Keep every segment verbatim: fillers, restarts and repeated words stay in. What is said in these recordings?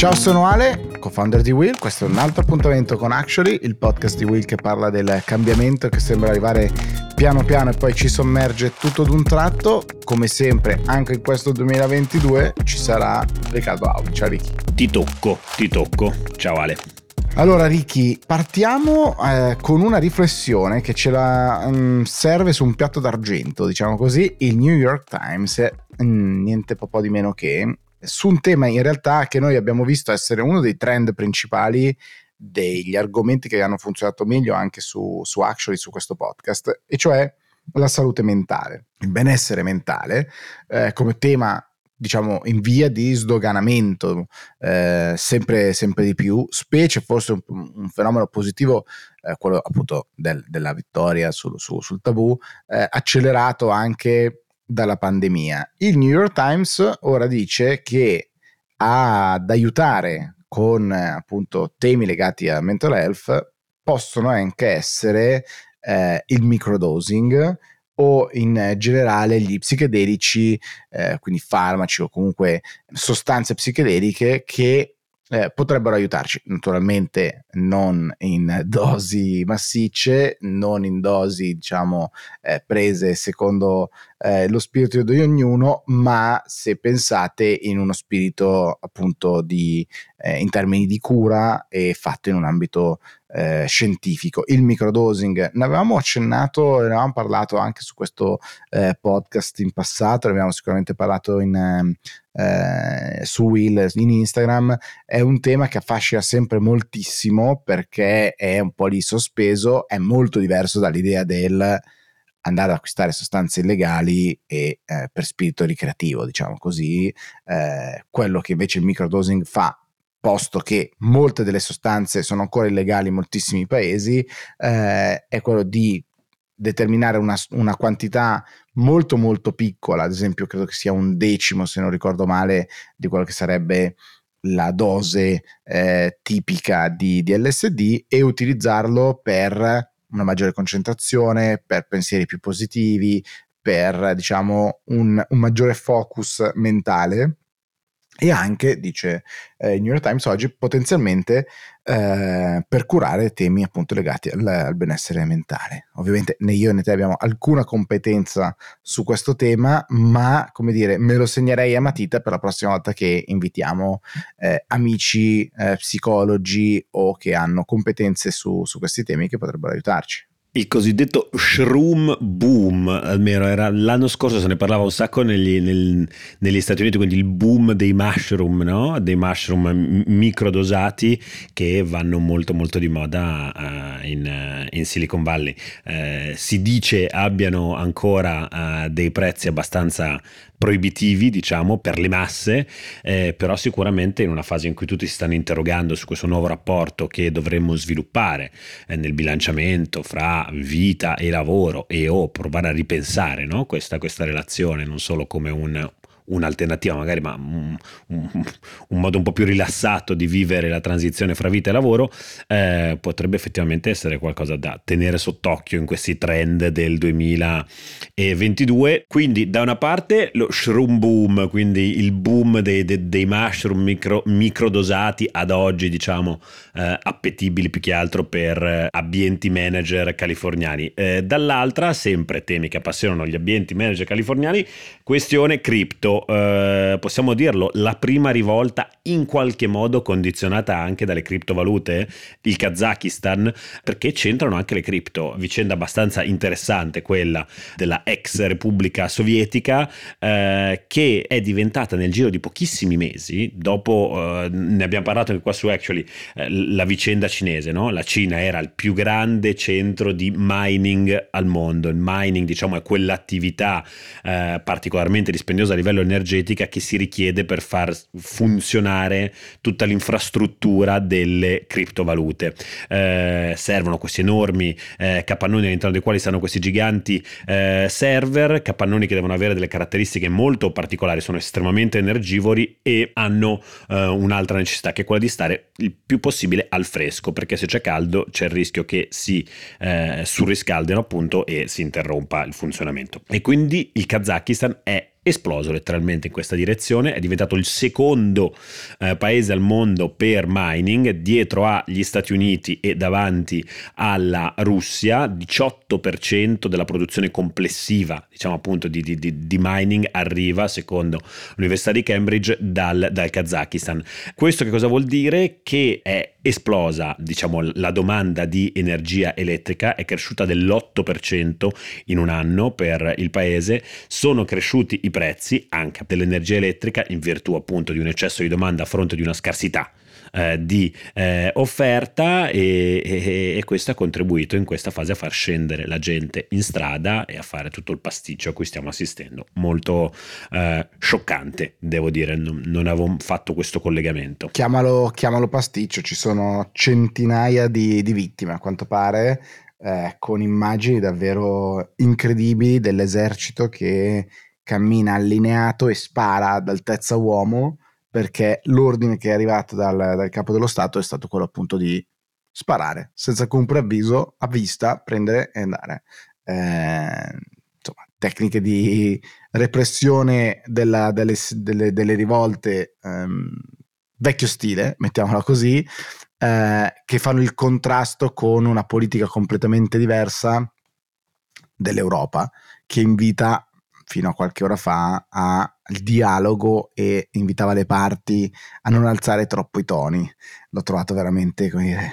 Ciao, sono Ale, co-founder di Will. Questo è un altro appuntamento con Actually, il podcast di Will che parla del cambiamento che sembra arrivare piano piano e poi ci sommerge tutto d'un tratto. Come sempre, anche in questo duemilaventidue ci sarà Riccardo Audi. Ciao Ricky. Ti tocco, ti tocco. Ciao Ale. Allora Ricky, partiamo eh, con una riflessione che ce la um, serve su un piatto d'argento, diciamo così. Il New York Times, mm, niente po' di meno che, su un tema in realtà che noi abbiamo visto essere uno dei trend principali, degli argomenti che hanno funzionato meglio anche su, su Actually, su questo podcast, e cioè la salute mentale, il benessere mentale eh, come tema, diciamo, in via di sdoganamento eh, sempre, sempre di più, specie forse un, un fenomeno positivo, eh, quello appunto del, della vittoria sul, su, sul tabù, eh, accelerato anche dalla pandemia. Il New York Times ora dice che ad aiutare con appunto temi legati a mental health possono anche essere eh, il microdosing o in generale gli psichedelici, eh, quindi farmaci o comunque sostanze psichedeliche che eh, potrebbero aiutarci, naturalmente non in dosi massicce, non in dosi diciamo eh, prese secondo eh, lo spirito di ognuno, ma se pensate in uno spirito appunto di eh, in termini di cura e fatto in un ambito eh, scientifico. Il microdosing, ne avevamo accennato, ne avevamo parlato anche su questo eh, podcast in passato, ne abbiamo sicuramente parlato in eh, su Will, in Instagram. È un tema che affascina sempre moltissimo perché è un po' lì sospeso, è molto diverso dall'idea del andare ad acquistare sostanze illegali e eh, per spirito ricreativo, diciamo così. Eh, quello che invece il microdosing fa, posto che molte delle sostanze sono ancora illegali in moltissimi paesi, eh, è quello di determinare una, una quantità molto molto piccola, ad esempio credo che sia un decimo, se non ricordo male, di quello che sarebbe la dose eh, tipica di, di L S D, e utilizzarlo per una maggiore concentrazione, per pensieri più positivi, per diciamo un, un maggiore focus mentale. E anche, dice eh, il New York Times oggi, potenzialmente eh, per curare temi appunto legati al, al benessere mentale. Ovviamente né io né te abbiamo alcuna competenza su questo tema, ma come dire, me lo segnerei a matita per la prossima volta che invitiamo eh, amici eh, psicologi o che hanno competenze su, su questi temi che potrebbero aiutarci. Il cosiddetto shroom boom, almeno era l'anno scorso, se ne parlava un sacco negli, nel, negli Stati Uniti, quindi il boom dei mushroom, no? Dei mushroom microdosati che vanno molto molto di moda uh, in, uh, in Silicon Valley. Uh, si dice abbiano ancora uh, dei prezzi abbastanza proibitivi, diciamo, per le masse, eh, però sicuramente in una fase in cui tutti si stanno interrogando su questo nuovo rapporto che dovremmo sviluppare eh, nel bilanciamento fra vita e lavoro, e o provare a ripensare, no? questa, questa relazione non solo come un un'alternativa magari, ma un, un, un modo un po' più rilassato di vivere la transizione fra vita e lavoro, eh, potrebbe effettivamente essere qualcosa da tenere sott'occhio in questi trend del duemilaventidue. Quindi da una parte lo shroom boom, quindi il boom dei, dei, dei mushroom micro, microdosati ad oggi, diciamo eh, appetibili più che altro per ambienti manager californiani, eh, dall'altra sempre temi che appassionano gli ambienti manager californiani, questione cripto. Uh, possiamo dirlo, la prima rivolta in qualche modo condizionata anche dalle criptovalute, il Kazakistan, perché c'entrano anche le cripto, vicenda abbastanza interessante quella della ex Repubblica Sovietica, uh, che è diventata nel giro di pochissimi mesi, dopo uh, ne abbiamo parlato anche qua su Actually, uh, la vicenda cinese, no? La Cina era il più grande centro di mining al mondo. Il mining, diciamo, è quell'attività uh, particolarmente dispendiosa a livello energetica che si richiede per far funzionare tutta l'infrastruttura delle criptovalute. Eh, servono questi enormi eh, capannoni all'interno dei quali stanno questi giganti eh, server, capannoni che devono avere delle caratteristiche molto particolari, sono estremamente energivori e hanno eh, un'altra necessità, che è quella di stare il più possibile al fresco, perché se c'è caldo c'è il rischio che si eh, surriscaldino appunto e si interrompa il funzionamento. E quindi il Kazakistan è esploso letteralmente in questa direzione, è diventato il secondo eh, paese al mondo per mining, dietro agli Stati Uniti e davanti alla Russia. Diciotto per cento della produzione complessiva, diciamo appunto di, di, di mining, arriva, secondo l'Università di Cambridge, dal, dal Kazakistan. Questo che cosa vuol dire? Che è esplosa, diciamo, la domanda di energia elettrica, è cresciuta dell'otto per cento in un anno per il paese, sono cresciuti i prezzi anche dell'energia elettrica in virtù appunto di un eccesso di domanda a fronte di una scarsità eh, di eh, offerta, e, e, e questo ha contribuito in questa fase a far scendere la gente in strada e a fare tutto il pasticcio a cui stiamo assistendo. Molto eh, scioccante, devo dire, non, non avevo fatto questo collegamento. Chiamalo, chiamalo pasticcio, ci sono centinaia di, di vittime a quanto pare, eh, con immagini davvero incredibili dell'esercito che cammina allineato e spara ad altezza uomo, perché l'ordine che è arrivato dal, dal capo dello Stato è stato quello appunto di sparare senza alcun preavviso, a vista, prendere e andare. Eh, insomma, tecniche di repressione della, delle, delle, delle rivolte ehm, vecchio stile, mettiamola così, eh, che fanno il contrasto con una politica completamente diversa dell'Europa, che invita fino a qualche ora fa al dialogo e invitava le parti a non alzare troppo i toni. L'ho trovato veramente, come dire,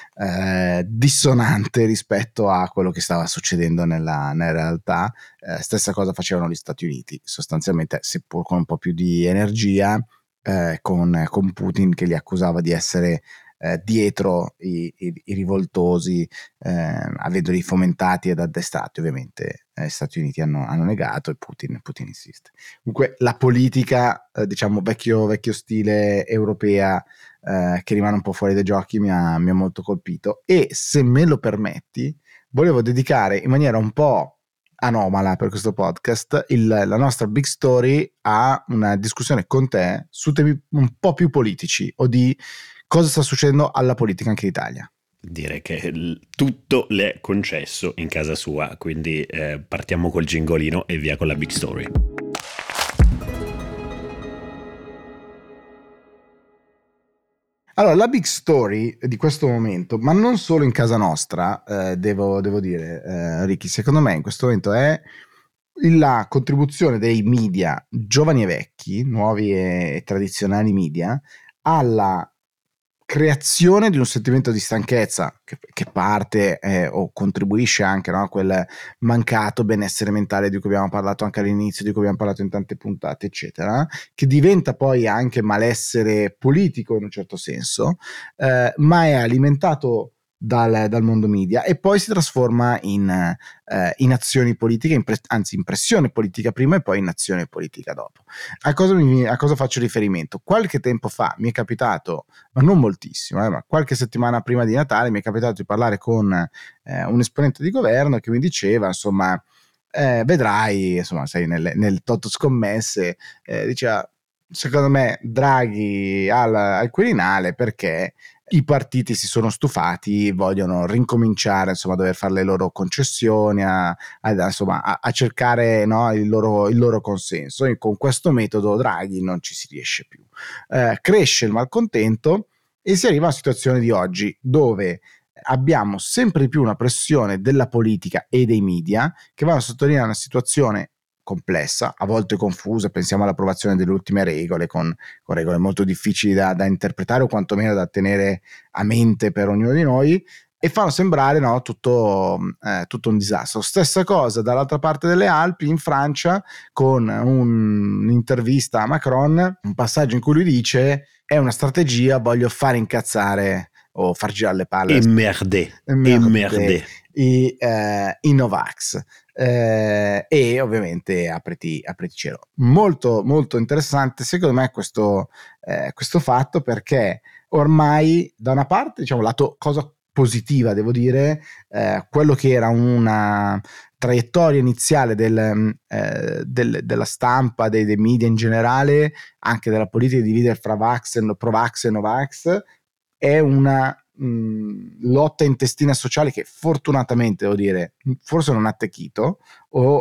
eh, dissonante rispetto a quello che stava succedendo nella, nella realtà. Eh, stessa cosa facevano gli Stati Uniti, sostanzialmente, seppur con un po' più di energia, eh, con, con Putin che li accusava di essere eh, dietro i, i, i rivoltosi, eh, avendoli fomentati ed addestrati. Ovviamente eh, gli Stati Uniti hanno, hanno negato, e Putin, Putin insiste. Comunque la politica, eh, diciamo vecchio, vecchio stile europea, eh, che rimane un po' fuori dai giochi, mi ha, mi ha molto colpito. E se me lo permetti, volevo dedicare in maniera un po' anomala per questo podcast il, la nostra big story a una discussione con te su temi un po' più politici, o di cosa sta succedendo alla politica anche in Italia. Direi che tutto le è concesso in casa sua, quindi eh, partiamo col gingolino e via con la big story. Allora, la big story di questo momento, ma non solo in casa nostra, eh, devo, devo dire, eh, Ricky, secondo me in questo momento è la contribuzione dei media, giovani e vecchi, nuovi e tradizionali media, alla creazione di un sentimento di stanchezza che, che parte eh, o contribuisce anche, no, a quel mancato benessere mentale di cui abbiamo parlato anche all'inizio, di cui abbiamo parlato in tante puntate, eccetera, che diventa poi anche malessere politico in un certo senso, eh, ma è alimentato dal, dal mondo media e poi si trasforma in, eh, in azioni politiche, in pre- anzi in pressione politica prima e poi in azione politica dopo. A cosa, mi, a cosa faccio riferimento? Qualche tempo fa mi è capitato, ma non moltissimo, eh, ma qualche settimana prima di Natale mi è capitato di parlare con eh, un esponente di governo che mi diceva, insomma, eh, vedrai, insomma, sei nel, nel Toto scommesse, eh, diceva, secondo me Draghi al, al Quirinale perché i partiti si sono stufati, vogliono rincominciare, insomma, a dover fare le loro concessioni, a, a, insomma, a, a cercare, no, il, loro, il loro consenso, e con questo metodo Draghi non ci si riesce più. Eh, cresce il malcontento e si arriva a una situazione di oggi dove abbiamo sempre di più una pressione della politica e dei media che vanno a sottolineare una situazione complessa, a volte confusa. Pensiamo all'approvazione delle ultime regole, con, con regole molto difficili da, da interpretare o quantomeno da tenere a mente per ognuno di noi, e fanno sembrare, no, tutto, eh, tutto un disastro. Stessa cosa dall'altra parte delle Alpi, in Francia, con un, un'intervista a Macron, un passaggio in cui lui dice: è una strategia, voglio fare incazzare o far girare le palle, Emmerde, emmerde i, eh, i Novax. Eh, e ovviamente apriti, apriti cielo. Molto molto interessante secondo me questo, eh, questo fatto, perché ormai da una parte, diciamo, lato cosa positiva, devo dire, eh, quello che era una traiettoria iniziale del, eh, del, della stampa, dei, dei media in generale, anche della politica di dividere fra Vax e Pro-Vax e Novax, è una mh, lotta intestina sociale che fortunatamente, devo dire, forse non ha attecchito, o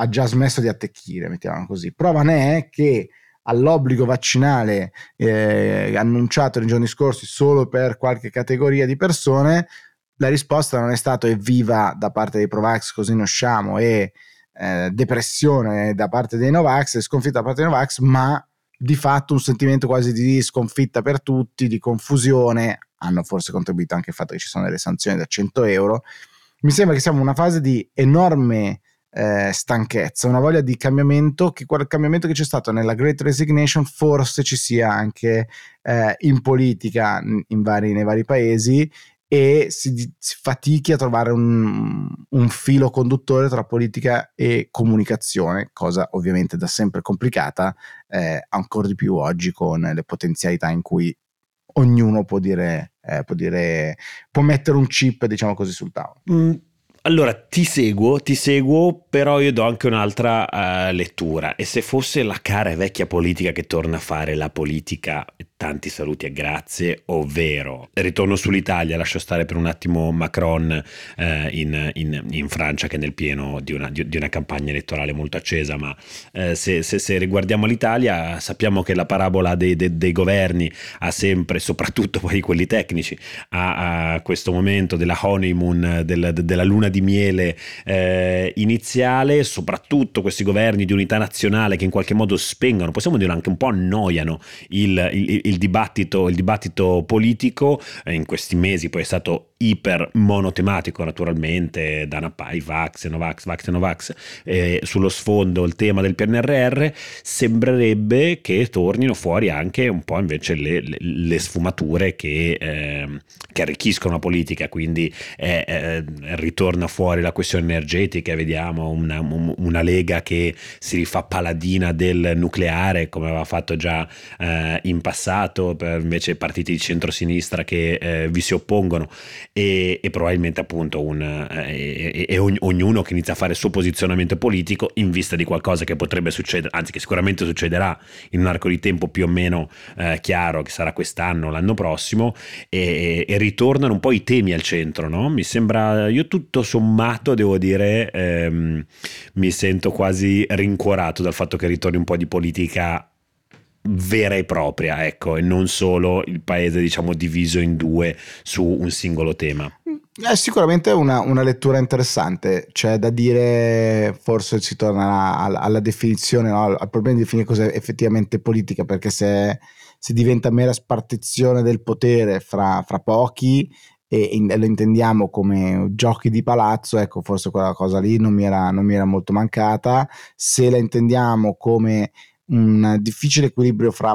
ha già smesso di attecchire, mettiamo così. Prova ne è che all'obbligo vaccinale eh, annunciato nei giorni scorsi solo per qualche categoria di persone, la risposta non è stata evviva da parte dei Provax, così ne usciamo, e eh, depressione da parte dei Novax, sconfitta da parte dei Novax, ma di fatto un sentimento quasi di sconfitta per tutti, di confusione. Hanno forse contribuito anche il fatto che ci sono delle sanzioni da cento euro. Mi sembra che siamo in una fase di enorme eh, stanchezza, una voglia di cambiamento, che quel cambiamento che c'è stato nella Great Resignation forse ci sia anche eh, in politica in vari, nei vari paesi, e si, si fatichi a trovare un, un filo conduttore tra politica e comunicazione, cosa ovviamente da sempre complicata, eh, ancora di più oggi con le potenzialità in cui ognuno può dire, eh, può dire, può mettere un chip, diciamo così, sul tavolo. Mm. Allora, ti seguo, ti seguo, però io do anche un'altra uh, lettura. E se fosse la cara e vecchia politica che torna a fare la politica, tanti saluti e grazie, ovvero ritorno sull'Italia, lascio stare per un attimo Macron eh, in, in, in Francia, che è nel pieno di una, di, di una campagna elettorale molto accesa, ma eh, se, se, se riguardiamo l'Italia sappiamo che la parabola dei, dei, dei governi ha sempre, soprattutto poi quelli tecnici, a, a questo momento della honeymoon, del, della luna di miele eh, iniziale, soprattutto questi governi di unità nazionale che in qualche modo spengono, possiamo dire anche un po' annoiano il, il, il dibattito il dibattito politico. Eh, in questi mesi poi è stato iper monotematico, naturalmente, da Napai, Vax, Novax, Vax e Novax, eh, sullo sfondo il tema del P N R R. Sembrerebbe che tornino fuori anche un po' invece le, le, le sfumature che, eh, che arricchiscono la politica, quindi eh, eh, ritorna fuori la questione energetica, vediamo una, una Lega che si rifà paladina del nucleare come aveva fatto già eh, in passato, per invece partiti di centrosinistra che eh, vi si oppongono. E, e probabilmente appunto un, eh, e, e ognuno che inizia a fare il suo posizionamento politico in vista di qualcosa che potrebbe succedere, anzi che sicuramente succederà in un arco di tempo più o meno eh, chiaro, che sarà quest'anno o l'anno prossimo, e, e ritornano un po' i temi al centro, no? Mi sembra, io tutto sommato devo dire ehm, mi sento quasi rincuorato dal fatto che ritorni un po' di politica vera e propria, ecco, e non solo il paese, diciamo, diviso in due su un singolo tema. È sicuramente una, una lettura interessante. C'è da dire, forse si torna alla, alla definizione, no? Al problema di definire cos'è effettivamente politica, perché se, se diventa mera spartizione del potere fra, fra pochi e, e lo intendiamo come giochi di palazzo, ecco, forse quella cosa lì non mi era, non mi era molto mancata. Se la intendiamo come un difficile equilibrio fra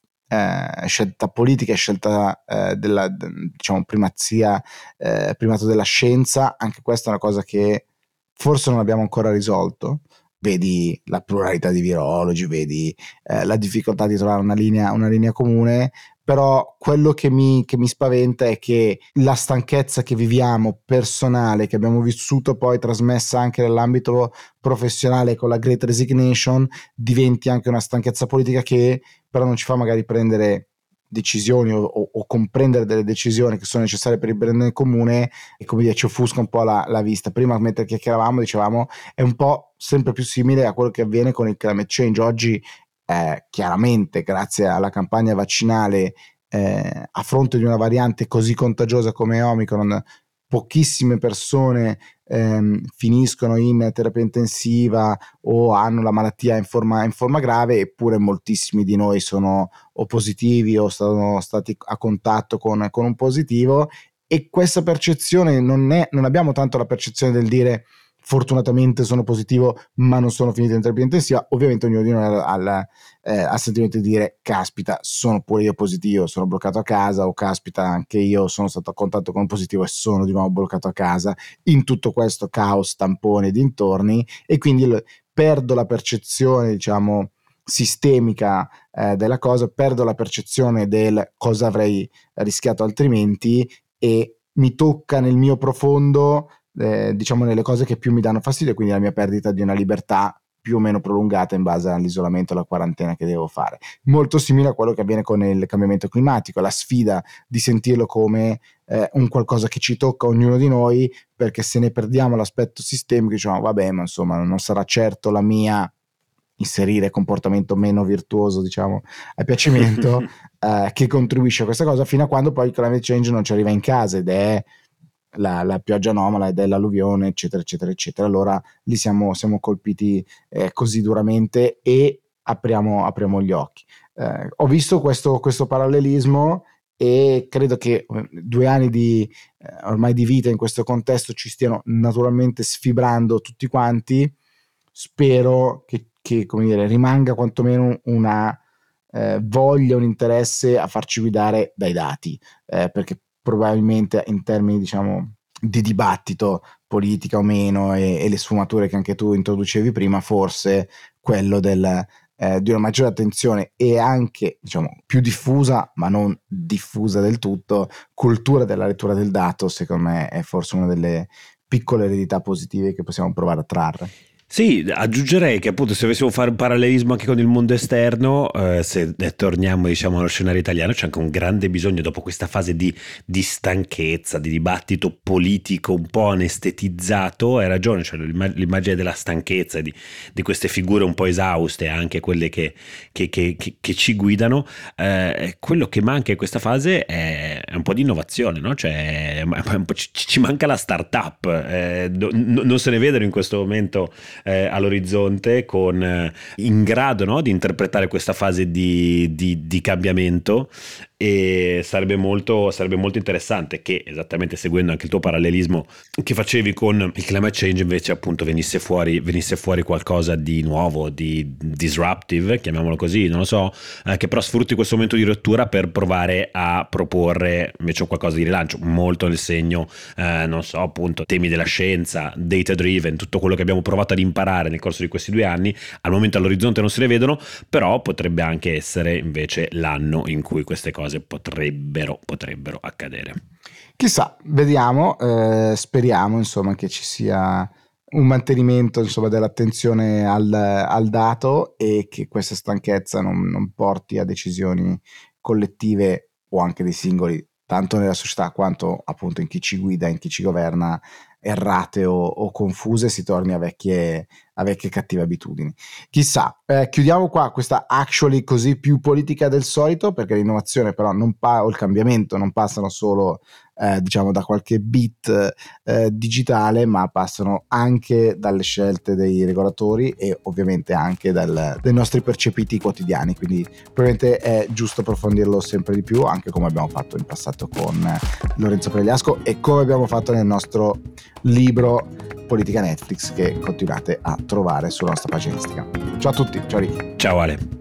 eh, scelta politica e scelta eh, della, diciamo, primazia, eh, primato della scienza, anche questa è una cosa che forse non abbiamo ancora risolto. Vedi la pluralità di virologi, vedi eh, la difficoltà di trovare una linea, una linea comune, però quello che mi, che mi spaventa è che la stanchezza che viviamo personale, che abbiamo vissuto poi trasmessa anche nell'ambito professionale con la Great Resignation, diventi anche una stanchezza politica che però non ci fa magari prendere decisioni o, o, o comprendere delle decisioni che sono necessarie per il bene comune, e come dire ci offusca un po' la, la vista. Prima, mentre chiacchieravamo, dicevamo è un po' sempre più simile a quello che avviene con il climate change. Oggi eh, chiaramente grazie alla campagna vaccinale eh, a fronte di una variante così contagiosa come Omicron, pochissime persone ehm, finiscono in terapia intensiva o hanno la malattia in forma, in forma grave, eppure moltissimi di noi sono o positivi o sono stati a contatto con, con un positivo, e questa percezione non è, non abbiamo tanto la percezione del dire fortunatamente sono positivo ma non sono finito in terapia intensiva. Ovviamente ognuno di noi ha, ha, eh, ha sentimento di dire caspita sono pure io positivo, sono bloccato a casa, o caspita anche io sono stato a contatto con un positivo e sono di nuovo bloccato a casa, in tutto questo caos, tamponi e dintorni, e quindi il, perdo la percezione, diciamo, sistemica eh, della cosa, perdo la percezione del cosa avrei rischiato altrimenti, e mi tocca nel mio profondo, Eh, diciamo nelle cose che più mi danno fastidio, quindi la mia perdita di una libertà più o meno prolungata in base all'isolamento e alla quarantena che devo fare. Molto simile a quello che avviene con il cambiamento climatico, la sfida di sentirlo come eh, un qualcosa che ci tocca ognuno di noi, perché se ne perdiamo l'aspetto sistemico diciamo vabbè, ma insomma non sarà certo la mia inserire comportamento meno virtuoso diciamo a piacimento eh, che contribuisce a questa cosa, fino a quando poi il climate change non ci arriva in casa ed è la, la pioggia anomala ed è l'alluvione eccetera eccetera eccetera. Allora lì siamo, siamo colpiti eh, così duramente e apriamo, apriamo gli occhi. Eh, ho visto questo, questo parallelismo e credo che due anni di eh, ormai di vita in questo contesto ci stiano naturalmente sfibrando tutti quanti. Spero che, che come dire, rimanga quantomeno una eh, voglia, un interesse a farci guidare dai dati, eh, perché probabilmente in termini diciamo di dibattito, politica o meno, e, e le sfumature che anche tu introducevi prima, forse quello del Eh, di una maggiore attenzione e anche diciamo più diffusa ma non diffusa del tutto cultura della lettura del dato, secondo me è forse una delle piccole eredità positive che possiamo provare a trarre. Sì, aggiungerei che appunto se dovessimo fare un parallelismo anche con il mondo esterno, eh, se eh, torniamo diciamo allo scenario italiano, c'è anche un grande bisogno dopo questa fase di, di stanchezza, di dibattito politico un po' anestetizzato. Hai ragione, cioè l'immagine della stanchezza, di, di queste figure un po' esauste, anche quelle che, che, che, che, che ci guidano, eh, quello che manca in questa fase è, è un po' di innovazione, no? Cioè, un po' ci, ci manca la startup, eh, no, non se ne vedono in questo momento Eh, all'orizzonte con eh, in grado, no, di interpretare questa fase di, di, di cambiamento, e sarebbe molto, sarebbe molto interessante che, esattamente seguendo anche il tuo parallelismo che facevi con il climate change, invece appunto venisse fuori, venisse fuori qualcosa di nuovo, di disruptive, chiamiamolo così, non lo so, eh, che però sfrutti questo momento di rottura per provare a proporre invece qualcosa di rilancio, molto nel segno, eh, non so, appunto temi della scienza, data driven, tutto quello che abbiamo provato ad imparare nel corso di questi due anni. Al momento all'orizzonte non se ne vedono, però potrebbe anche essere invece l'anno in cui queste cose potrebbero, potrebbero accadere. Chissà, vediamo, eh, speriamo insomma che ci sia un mantenimento insomma dell'attenzione al, al dato e che questa stanchezza non, non porti a decisioni collettive o anche dei singoli, tanto nella società quanto appunto in chi ci guida, in chi ci governa, errate o, o confuse, si torni a vecchie, a vecchie cattive abitudini. Chissà, eh, chiudiamo qua questa actually così più politica del solito, perché l'innovazione però non pa- o il cambiamento non passano solo eh, diciamo da qualche bit eh, digitale, ma passano anche dalle scelte dei regolatori e ovviamente anche dal, dai nostri percepiti quotidiani, quindi probabilmente è giusto approfondirlo sempre di più, anche come abbiamo fatto in passato con Lorenzo Pregliasco e come abbiamo fatto nel nostro libro Politica Netflix, che continuate a trovare sulla nostra pagina Instagram. Ciao a tutti, ciao Ricky. Ciao Ale.